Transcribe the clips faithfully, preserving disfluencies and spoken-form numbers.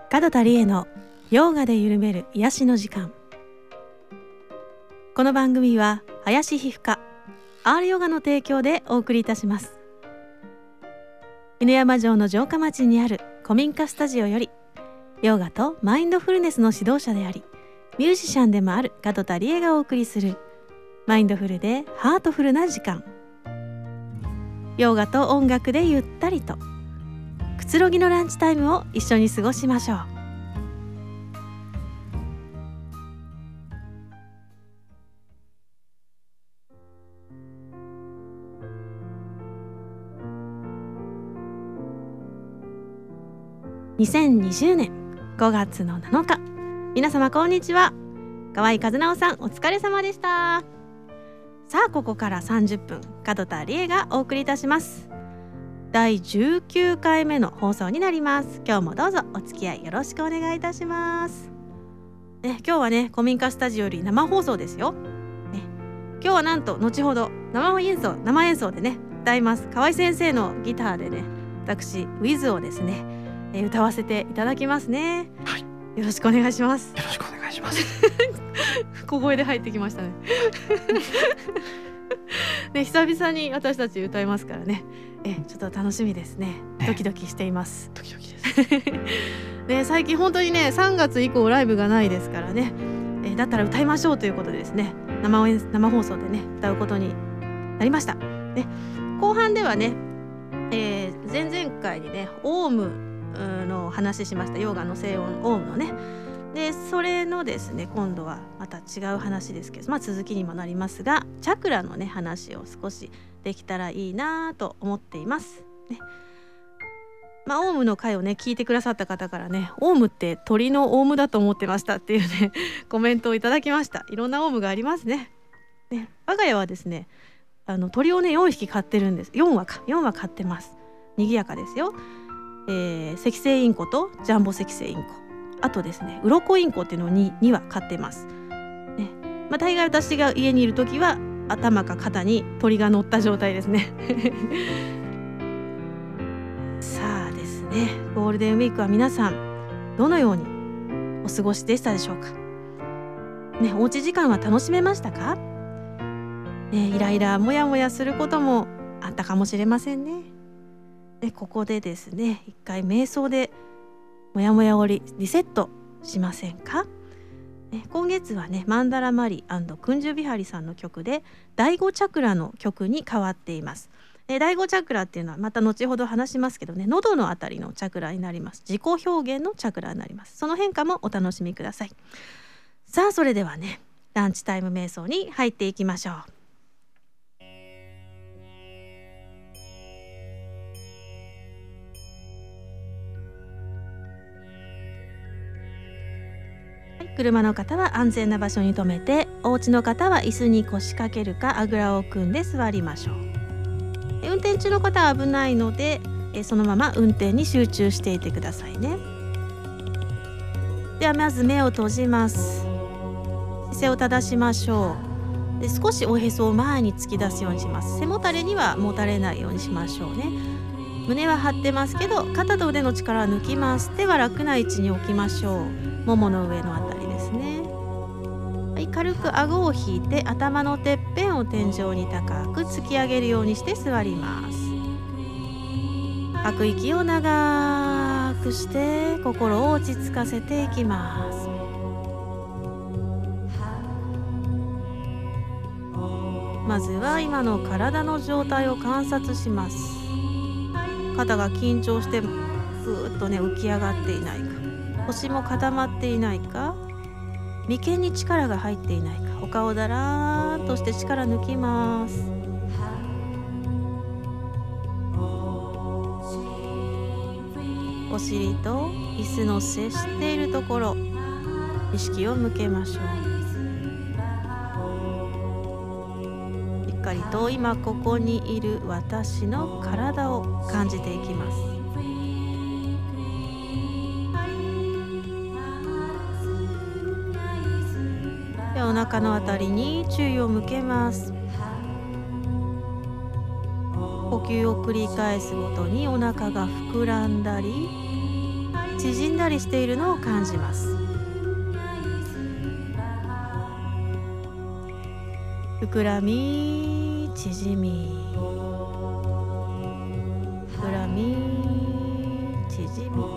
門田理恵のヨガで緩める癒しの時間。この番組は林皮膚科アールヨガの提供でお送りいたします。犬山城の城下町にある古民家スタジオより、ヨガとマインドフルネスの指導者でありミュージシャンでもある門田理恵がお送りするマインドフルでハートフルな時間。ヨガと音楽でゆったりとくつろぎのランチタイムを一緒に過ごしましょう。にせんにじゅうねんごがつのなのか、皆様こんにちは。河合和直さん、お疲れ様でした。さあ、ここからさんじゅっぷん門田理恵がお送りいたします。だいじゅうきゅうかいめの放送になります。今日もどうぞお付き合いよろしくお願いいたします、ね、今日はね古民家スタジオより生放送ですよ、ね、今日はなんと後ほど生演奏生演奏でね歌います。河合先生のギターでね、私ウィズをですね歌わせていただきますね、はい、よろしくお願いします。 よろしくお願いします小声で入ってきましたねね、久々に私たち歌いますからね、えちょっと楽しみですね。ドキドキしています。 ドキドキですね、最近本当にねさんがつ以降ライブがないですからね、えだったら歌いましょうということでですね 生, 生放送でね歌うことになりました、ね、後半ではね、えー、前々回にねオウムの話しました。ヨガの静音オウムのね、でそれのですね今度はまた違う話ですけど、まあ、続きにもなりますがチャクラのね話を少しできたらいいなと思っています、ね。まあ、オウムの回をね聞いてくださった方からね、オウムって鳥のオウムだと思ってましたっていうねコメントをいただきました。いろんなオウムがあります ね, ね我が家はですねあの鳥をねよんひき飼ってるんです。よんわかよんわ飼ってます。賑やかですよ。えー、赤星インコとジャンボ赤星インコ、あとですね鱗インコっていうのを 2, にわ飼ってます、ね。まあ、大概私が家にいるときは頭か肩に鳥が乗った状態ですねさあですね、ゴールデンウィークは皆さんどのようにお過ごしでしたでしょうか、ね、おうち時間は楽しめましたか、ね、イライラモヤモヤすることもあったかもしれませんね。でここでですね一回瞑想でモヤモヤをリセットしませんか。今月はねマンダラマリ&クンジュビハリさんの曲でだいごチャクラの曲に変わっています。だいごチャクラっていうのはまた後ほど話しますけどね、喉のあたりのチャクラになります。自己表現のチャクラになります。その変化もお楽しみください。さあ、それではねランチタイム瞑想に入っていきましょう。車の方は安全な場所に停めて、お家の方は椅子に腰掛けるかあぐらを組んで座りましょう。運転中の方は危ないのでそのまま運転に集中していてくださいね。ではまず目を閉じます。姿勢を正しましょう。で少しおへそを前に突き出すようにします。背もたれにはもたれないようにしましょうね。胸は張ってますけど肩と腕の力を抜きます。手は楽な位置に置きましょう。ももの上のあたりですね。はい、軽く顎を引いて頭のてっぺんを天井に高く突き上げるようにして座ります。吐く息を長くして心を落ち着かせていきます。まずは今の体の状態を観察します。肩が緊張してぐーっとね浮き上がっていないか、腰も固まっていないか、眉間に力が入っていないか、お顔だらーんとして力抜きます。お尻と椅子の接しているところ意識を向けましょう。しっかりと今ここにいる私の体を感じていきます。でお腹のあたりに注意を向けます。呼吸を繰り返すごとにお腹が膨らんだり縮んだりしているのを感じます。膨らみ縮み、膨らみ縮み、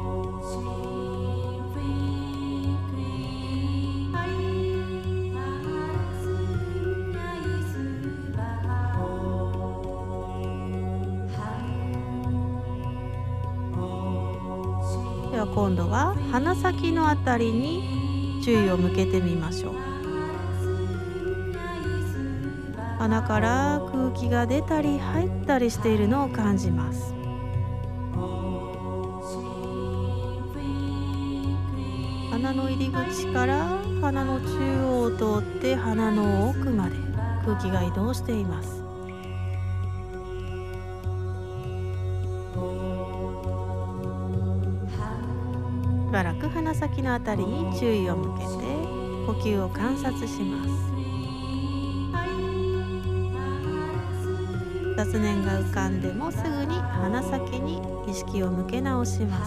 では今度は鼻先のあたりに注意を向けてみましょう。鼻から空気が出たり入ったりしているのを感じます。鼻の入り口から鼻の中央を通って鼻の奥まで空気が移動しています。しばらく鼻先のあたりに注意を向けて呼吸を観察します。雑念が浮かんでもすぐに鼻先に意識を向け直します。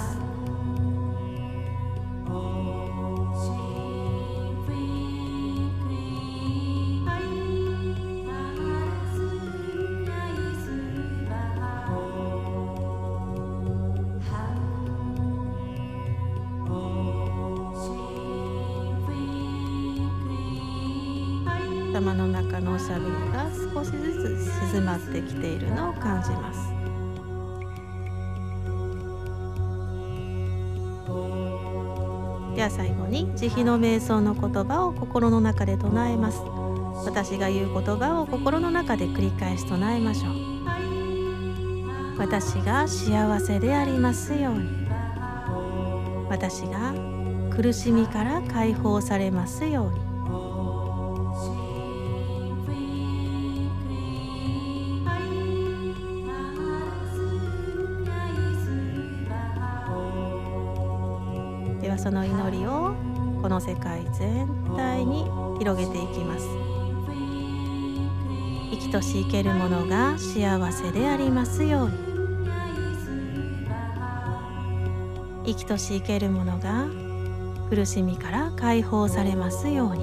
頭の中のおしゃべりが少しずつ静まってきているのを感じます。では最後に慈悲の瞑想の言葉を心の中で唱えます。私が言う言葉を心の中で繰り返し唱えましょう。私が幸せでありますように。私が苦しみから解放されますように。ではその祈りをこの世界全体に広げていきます。生きとし生けるものが幸せでありますように。生きとし生けるものが苦しみから解放されますように。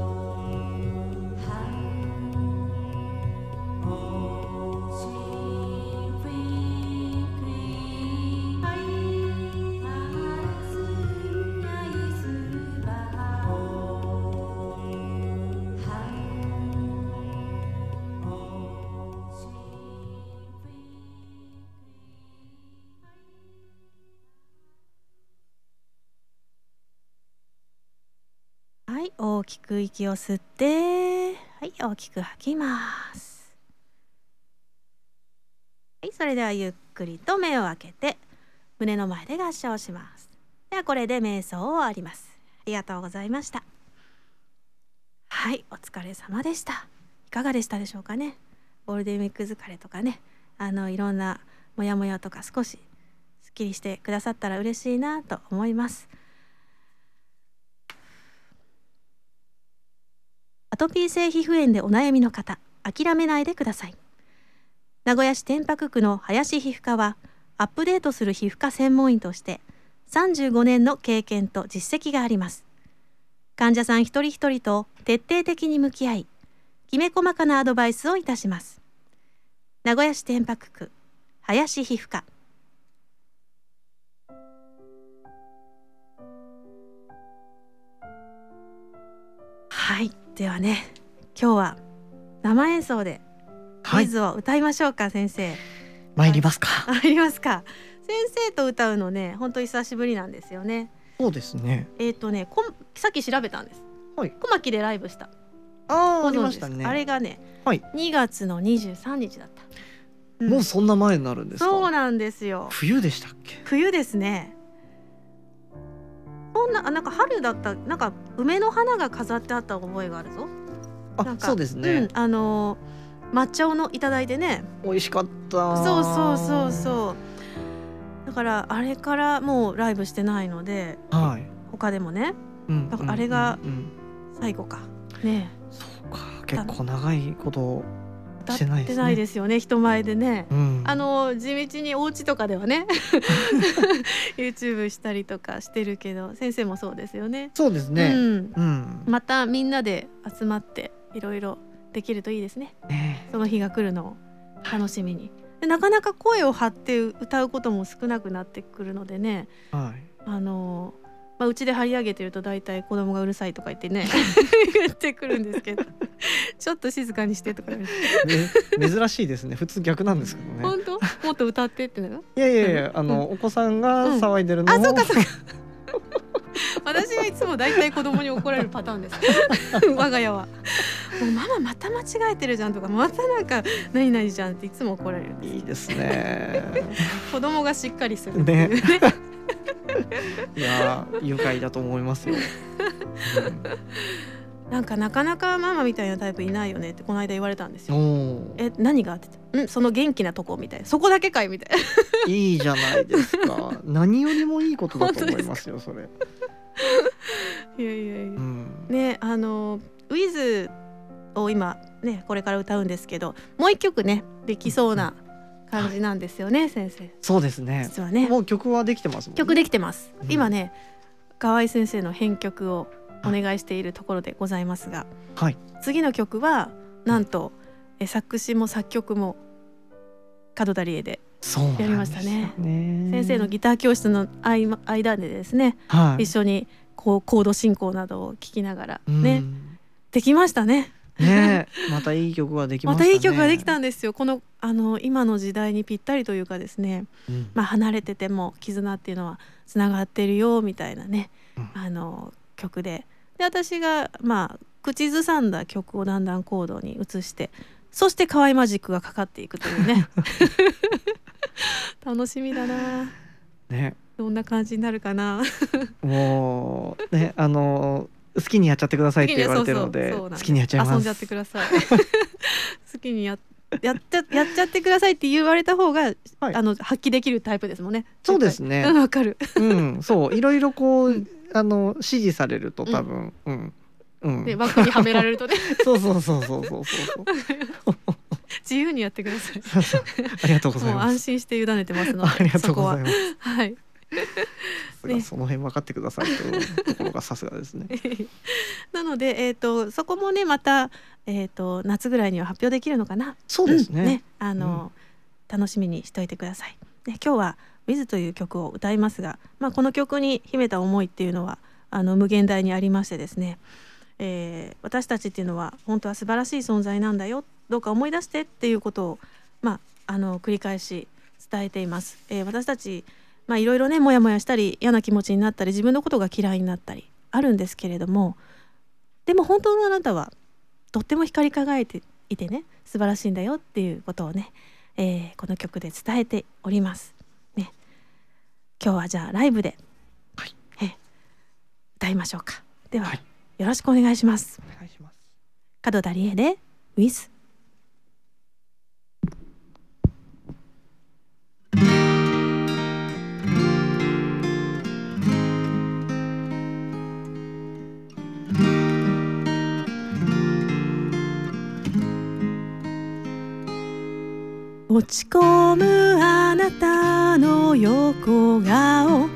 はい、大きく息を吸って、はい、大きく吐きます。はい、それではゆっくりと目を開けて胸の前で合掌します。ではこれで瞑想を終わります。ありがとうございました。はい、お疲れ様でした。いかがでしたでしょうかね。ゴールデンウィーク疲れとかね、あのいろんなモヤモヤとか少しすっきりしてくださったら嬉しいなと思います。アトピー性皮膚炎でお悩みの方、諦めないでください。名古屋市天白区の林皮膚科は、アップデートする皮膚科専門医としてさんじゅうごねんの経験と実績があります。患者さん一人一人と徹底的に向き合い、きめ細かなアドバイスをいたします。名古屋市天白区林皮膚科。はい、ではね、今日は生演奏でクイズを歌いましょうか、はい、先生。 参りますか。 参りますか。先生と歌うのね、本当久しぶりなんですよね。 そうですね。 えっ、ー、とね、こさっき調べたんです。はい。小牧でライブした。 ああ、ありましたね。 あれがね、 はい、 にがつのにじゅうさんにちだった。 うん、もうそんな前になるんですか。 そうなんですよ。 冬でしたっけ。 冬ですね。そんな、なんか春だった、なんか梅の花が飾ってあった覚えがあるぞ。 あ、そうですね。 うん、あのー、抹茶をのいただいてね。 美味しかった。 そうそうそうそう。だからあれからもうライブしてないので、 はい、 他でもね、 うん、 だからあれが最後か、うんうん、ね。 そうか、結構長いこと歌ってないですよね、人前でね、 うん、 あの地道にお家とかではねYouTube したりとかしてるけど、先生もそうですよね。 そうですね、 うんうん、 またみんなで集まっていろいろできるといいですね、 ね、 その日が来るのを楽しみに。でなかなか声を張って歌うことも少なくなってくるのでね、 はい、 あのまあ、うちで張り上げてると大体子供がうるさいとか言ってね言ってくるんですけどちょっと静かにしてとか言われて、 ね、珍しいですね。普通逆なんですけどね。 本当もっと歌ってってのがいやいやいや、あの、うん、お子さんが騒いでるのを、 うん、あ、そうかそうか私はいつも大体子供に怒られるパターンです我が家はもうママまた間違えてるじゃんとか、またなんか何々じゃんっていつも怒られるんです。 いいですね子供がしっかりするっていうねいや愉快だと思いますよ、うん、 なんかなかなかママみたいなタイプいないよねってこの間言われたんですよ。え、何がって言って、んその元気なとこみたいな、そこだけかいみたいないいじゃないですか何よりもいいことだと思いますよそれいやいやいや、うん、 ね、 ね、あのウィズを今ねこれから歌うんですけど、もう一曲ねできそうな感じなんですよね、はい、先生。 そうですね、 実はねもう曲はできてますもんね。 曲できてます、うん、今ね河合先生の編曲をお願いしているところでございますが、 はい、 次の曲はなんとえ作詞も作曲も門田理恵でやりました ね, ね先生のギター教室の間でですね、はい、一緒にこうコード進行などを聴きながらねできましたね。 ねまたいい曲ができましたね。 またいい曲ができたんですよ。このあの今の時代にぴったりというかですね、うん、まあ、離れてても絆っていうのはつながってるよみたいなね、うん、あの曲で、で私がまあ口ずさんだ曲をだんだんコードに移して、そして河合マジックがかかっていくというね楽しみだな、ね、どんな感じになるかなもうね、あの好きにやっちゃってくださいって言われてるので、好きにやっちゃいます。 遊んじゃってください好きにややっちゃやっちゃってくださいって言われた方が、はい、あの発揮できるタイプですもんね。 そうですね、 わかる、 うん、そういろいろこう、うん、あの指示されると多分、うんうんうん、 で枠にはめられるとねそうそうそうそうそうそう自由にやってくださいありがとうございます。 もう安心して委ねてますので、 ありがとうございます。 はいね、その辺分かってくださいというところがさすがですねなので、えーと、そこもねまた、えーと、夏ぐらいには発表できるのかな。 そうですね、 うん、ねあの、うん、楽しみにしておいてください。で今日は「ウィズ」という曲を歌いますが、まあ、この曲に秘めた思いっていうのはあの無限大にありましてですね、えー、私たちっていうのは本当は素晴らしい存在なんだよ、どうか思い出してっていうことを、まあ、あの繰り返し伝えています。えー、私たちまあいろいろねモヤモヤしたり嫌な気持ちになったり自分のことが嫌いになったりあるんですけれども、でも本当のあなたはとっても光り輝いていてね素晴らしいんだよっていうことをね、えー、この曲で伝えております、ね、今日はじゃあライブで、はい、え歌いましょうか。では、はい、よろしくお願いします。 お願いします。 門田理恵で With。落ち込むあなたの横顔、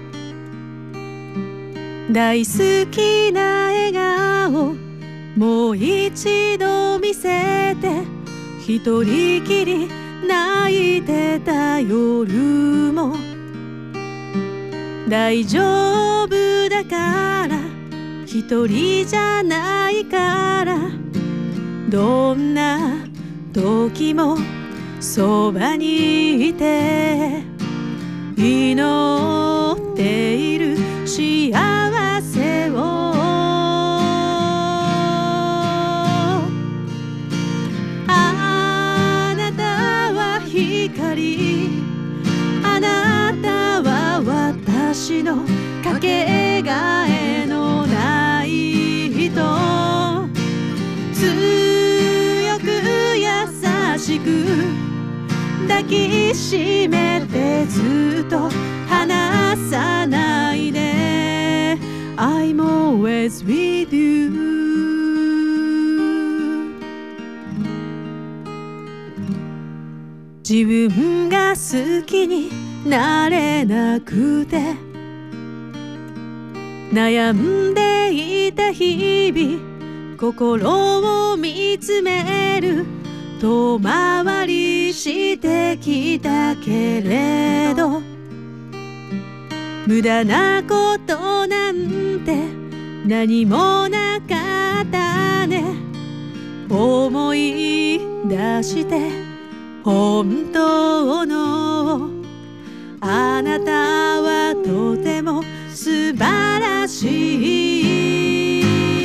大好きな笑顔、もう一度見せて、一人きり泣いてた夜も大丈夫だから、一人じゃないから、どんな時もそばにいて、祈っている幸せを、あなたは光、あなたは私のかけがえのない人、強く優しく抱きしめてずっと離さないで I'm always with you。 自分が好きになれなくて悩んでいた日々、心を見つめる遠回りしてきたけれど、無駄なことなんて何もなかったね。思い出して本当のあなたはとても素晴らしい。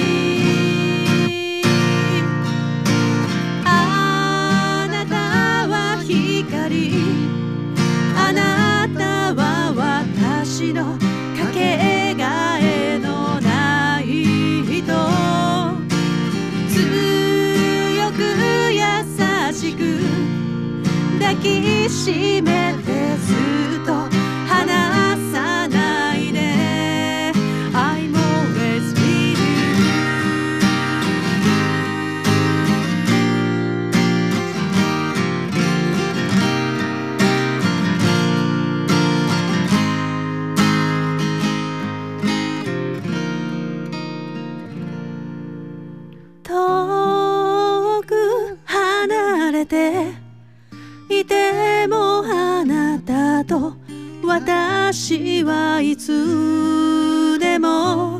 あなたは光、あなたは私のかけがえのない人、強く優しく抱きしめてずっと離さないで I'm always with you。 遠く離れていてもあなたと私はいつでも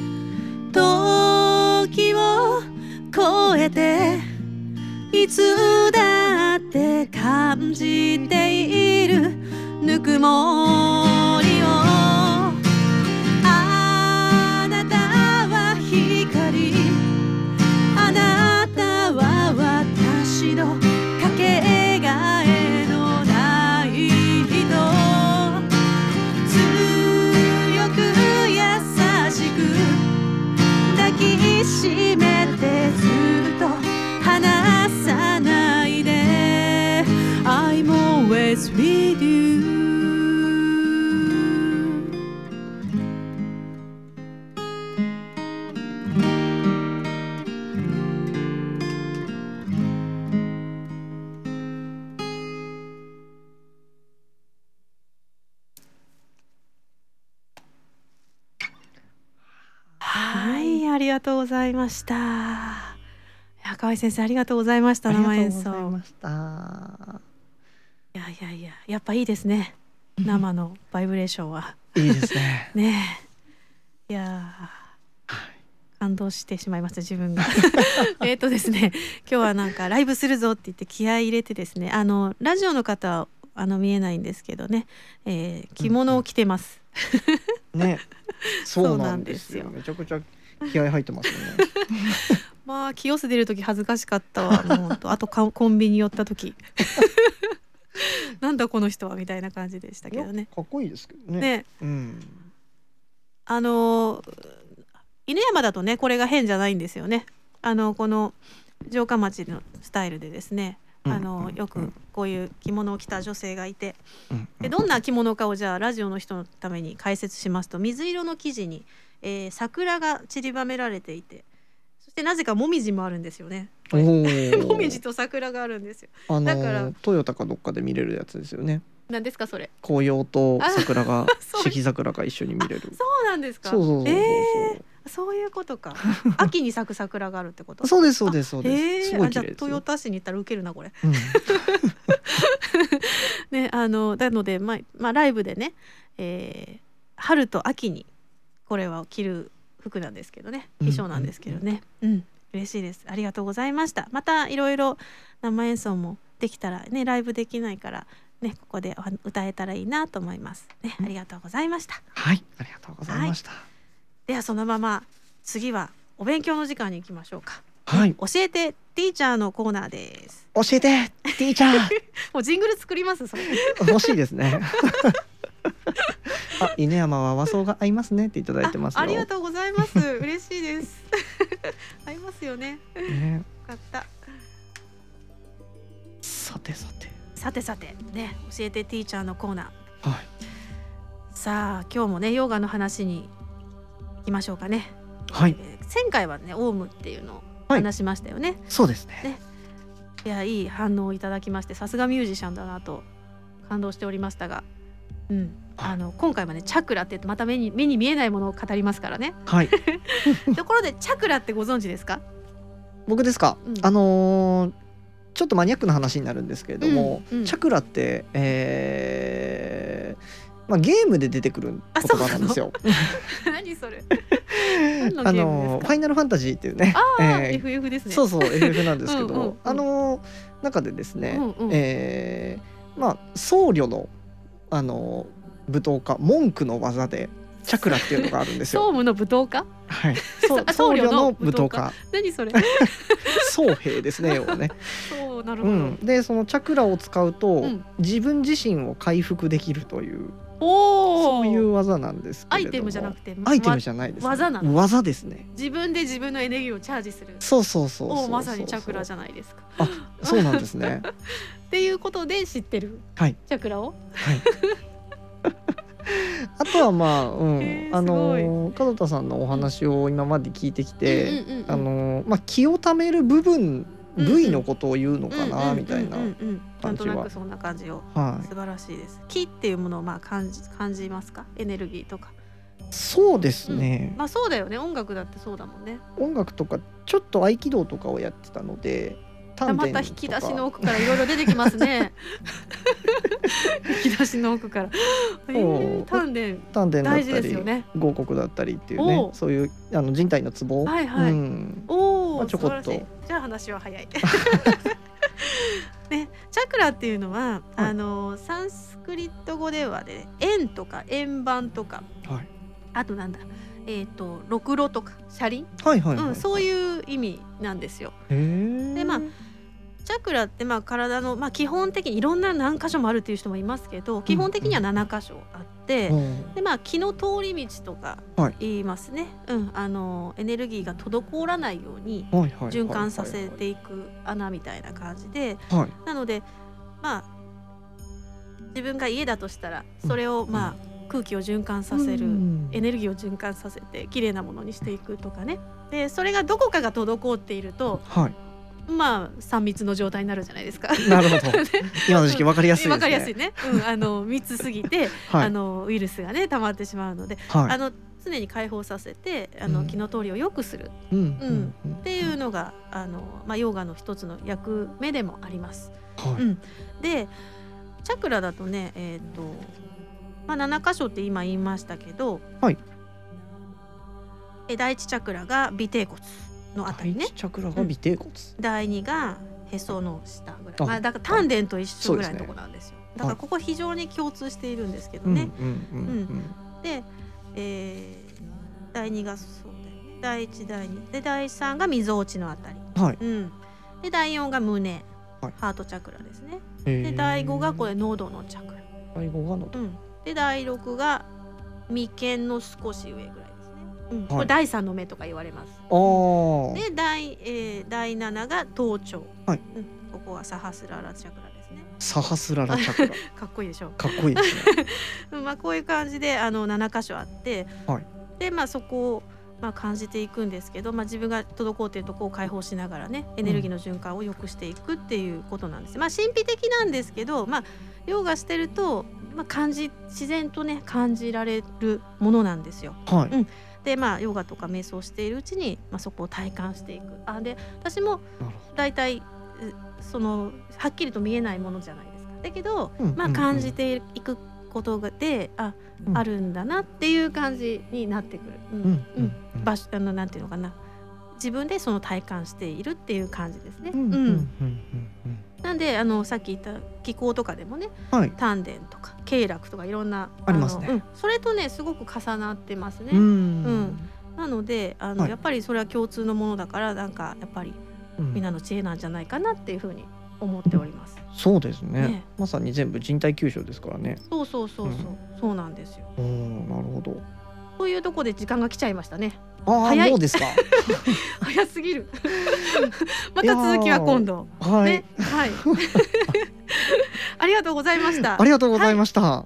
時を超えていつだって感じているぬくもりを。あなたは光、あなたは私のかけがえのない人、強く優しく抱きしめてずっと離さないで I'm always with you。はい、ありがとうございました。いや、河合先生ありがとうございました。生演奏。 ありがとうございました。 いやいやいや、やっぱいいですね。生のバイブレーションは。 いいですね。 ねえ。いや、感動してしまいました自分が。えっとですね、今日はなんかライブするぞって言って気合い入れてですね、あのラジオの方はあの見えないんですけどね、えー、着物を着てます。 うんうん、ね。そうなんですよ。めちゃくちゃ気合入ってますよね。 まあ清瀬出る時恥ずかしかったわ。もうあとコンビニ寄った時なんだこの人はみたいな感じでしたけどね。 かっこいいですけどね。 ね、 うん、 あの犬山だとねこれが変じゃないんですよね。あのこの城下町のスタイルでですね、あのよくこういう着物を着た女性がいて、でどんな着物かをじゃあラジオの人のために解説しますと、水色の生地に、えー、桜が散りばめられていて、そしてなぜかもみじもあるんですよね。もみじと桜があるんですよ。 あのー、 だからトヨタかどっかで見れるやつですよね。 何ですかそれ。 紅葉と桜が四季桜が一緒に見れる。 そうなんですか。 そうそうそうそうそう、 えー、そういうことか。秋に咲く桜があるってこと。 そうですそうですそうです。 えー、 すごい綺麗ですよ。 じゃあ豊田市に行ったらウケるなこれ。 うん、 ね、あのなので、まあまあ、ライブでね、えー、春と秋にこれは着る服なんですけどね、衣装なんですけどね、うん、うん、嬉しいです。ありがとうございました。またいろいろ生演奏もできたらね、ライブできないからね、ここで歌えたらいいなと思いますね。ありがとうございました。 はい、ありがとうございました。はい、 ではそのまま次はお勉強の時間に行きましょうか。 はい、 教えてティーチャーのコーナーです。 教えてティーチャー。 もうジングル作りますそれ。 欲しいですね。あ、犬山は和装が合いますねっていただいてますよ。 あ, ありがとうございます。嬉しいです。合いますよね。ね、よかった。 さてさてさてさてね、教えてティーチャーのコーナー、 はい、 さあ今日もねヨガの話に行きましょうかね。 はい、 えー、前回はねオウムっていうのを話しましたよね。 はい、そうですね。ね、 いやいい反応をいただきまして、さすがミュージシャンだなと感動しておりましたが、うん、あの今回はねチャクラって言ってまた目に目に見えないものを語りますからね。 はいところでチャクラってご存知ですか？ 僕ですか、うん、あのー、ちょっとマニアックな話になるんですけれども、うんうん、チャクラって、えーまあ、ゲームで出てくる言葉なんですよ。 何それあのファイナルファンタジーっていうね、 あ、えー、エフエフ ですね。 そうそう エフエフ なんですけどうんうん、うん、あの中でですね、うんうん、えー、まあ僧侶のあの舞踏家文句の技でチャクラっていうのがあるんですよ。 総務の舞踏家？ はい。僧侶の舞踏家。 何それ？ 僧兵ですね。要はね。 そう、なるほど。うん、 でそのチャクラを使うと、うん、自分自身を回復できるという。 おそういう技なんですけれども、 アイテムじゃなくてアイテムじゃないです、ね、 技なの。 技ですね。 自分で自分のエネルギーをチャージする。 そうそうそうそうそう。 まさにチャクラじゃないですか。 あ、そうなんですね。 っていうことで知ってる、はい、チャクラを、はい、 あとはまあ、うん、あの門田さんのお話を今まで聞いてきて、あのまあ気をためる部分部位のことを言うのかなみたいななんとなくそんな感じを、はい、素晴らしいです。気っていうものをまあ感じ感じますか？エネルギーとか。 そうですね、 うん、まあそうだよね。音楽だってそうだもんね。 音楽とかちょっと合気道とかをやってたので、 また引き出しの奥からいろいろ出てきますね。引き出しの奥から、えー、丹田丹田だったり大事ですよね。 合谷だったりっていうね、そういうあの人体のツボ、 はいはい、うん、おまあ、ちょこっと。 じゃあ話は早い。ね、チャクラっていうのは、はい、あのサンスクリット語ではね、円とか円盤とか、はい、あとなんだ、えーと、ろくろとか車輪、はいはいはいはい、うん、そういう意味なんですよ。へー。でまあチャクラってまあ体の、まあ、基本的にいろんな何箇所もあるっていう人もいますけど、基本的にはなな箇所あって、うんうん、でまあ気の通り道とか言いますね、はい、うん、あのエネルギーが滞らないように循環させていく穴みたいな感じで、はい、なのでまあ自分が家だとしたらそれをまあ、うん、空気を循環させる、うん、エネルギーを循環させてきれいなものにしていくとかね。でそれがどこかが滞っていると、はい、まあさん密の状態になるじゃないですか。 なるほど。今の時期分かりやすいですね。 分かりやすいね。うん、あの密すぎて、はい、あのウイルスがね溜まってしまうので、はい、あの常に解放させてあの、うん、気の通りを良くする、うんうんうん、っていうのがあの、まあ、ヨガの一つの役目でもあります。はい、うん、でチャクラだとね、えーとまあ、なな箇所って今言いましたけど、はい、え第一チャクラが尾てい骨のあたりね。 第一チャクラが尾てい骨、うん、 第二がへその下ぐらい、まあ、だから丹田と一緒ぐらいのところなんですよ。だからここ非常に共通しているんですけどね。で、えー、だいにがそうだよね。だいいちだいにでだいさんがみぞおちのあたり、はい、うん、でだいよんが胸、はい、ハートチャクラですね。でだいごがこれ喉のチャクラ、 だいごが喉、うん、 でだいろくが眉間の少し上ぐらいですね。うん、これだいさんの目とか言われます。はい、でだい、えー、だいななが頭頂、はい、うん、ここはサハスララチャクラですね。 サハスララチャクラかっこいいでしょ。 かっこいいですね。 まあこういう感じであのなな箇所あって、はい、でまあそこをまあ感じていくんですけど、まあ、自分が滞っているところを解放しながらねエネルギーの循環を良くしていくっていうことなんです。うん、まあ神秘的なんですけど、まあヨガしてると、まあ、感じ自然とね感じられるものなんですよ。はい、うん、でまあヨガとか瞑想しているうちに、まあ、そこを体感していく。あで私もだいたいそのはっきりと見えないものじゃないですか。だけど、うん、まあ感じていくことで、あ、うん、あるんだなっていう感じになってくる。うんうんうん、場所あのなんていうのかな、自分でその体感しているっていう感じですね。うんうんうんうん、なんであのさっき言った気候とかでもね、はい、丹田とか経絡とかいろんなありますね。 うん、それとねすごく重なってますね。うん、うん、なのであの、はい、やっぱりそれは共通のものだから、なんかやっぱりみんなの知恵なんじゃないかなっていうふうに思っております。 うん、そうです ね, ねまさに全部人体吸収ですからね。 そうそうそうそう、うん、そうなんですよ。 おー、なるほど。 というところで時間が来ちゃいましたね。 あ早い。もうですか。 早すぎる。また続きは今度。はい、ね、はい。ありがとうございました。 ありがとうございました。はい、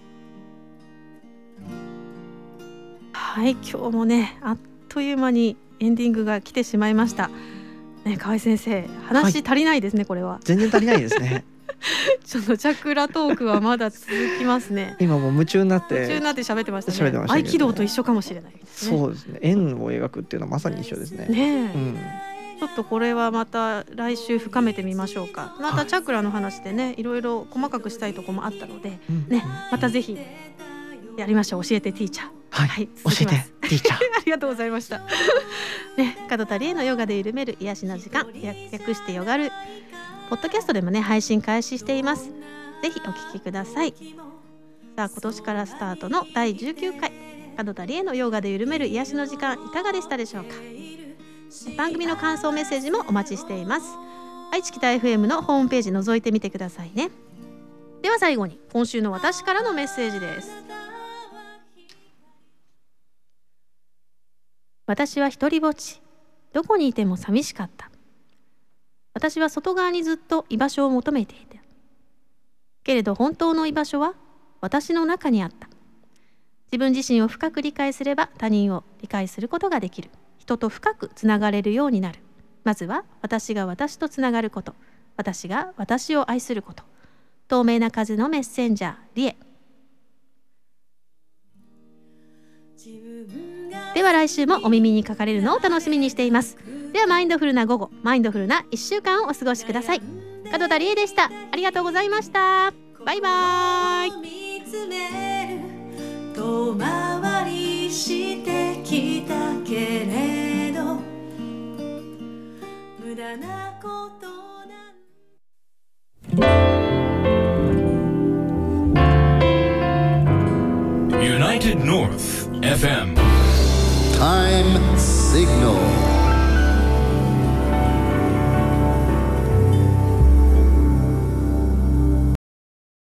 はい、今日もねあっという間にエンディングが来てしまいました、ね、河合先生話足りないですね、はい、これは全然足りないですねちょっとチャクラトークはまだ続きますね。 今もう夢中になって夢中になって喋ってましたね。 喋ってましたけどね。 合気道と一緒かもしれないですね。 そうですね。円を描くっていうのはまさに一緒ですね。 ねえ、 うん、 ちょっとこれはまた来週深めてみましょうか。またチャクラの話でね、いろいろ細かくしたいところもあったので、うん、ね、またぜひやりましょう。教えてティーチャー。 はい、はい、教えてティーチャー。 ありがとうございました。ね、門田理恵のヨガで緩める癒しの時間、略してヨガル。ポッドキャストでもね配信開始しています。ぜひお聞きください。さあ今年からスタートのだいじゅうきゅうかい門田理恵のヨガで緩める癒しの時間いかがでしたでしょうか。番組の感想メッセージもお待ちしています。愛知北 エフエム のホームページ覗いてみてくださいね。では最後に今週の私からのメッセージです。私は一人ぼっち、どこにいても寂しかった。私は外側にずっと居場所を求めていた。けれど本当の居場所は私の中にあった。自分自身を深く理解すれば他人を理解することができる。人と深くつながれるようになる。まずは私が私とつながること。私が私を愛すること。透明な風のメッセンジャー、リエ。では来週もお耳にかかれるのを楽しみにしています。ではマインドフルな午後、マインドフルないっしゅうかんをお過ごしください。門田理恵でした。ありがとうございました。バイバイ。遠回りしてきたけれど無駄なことなん United North エフエム Time Signal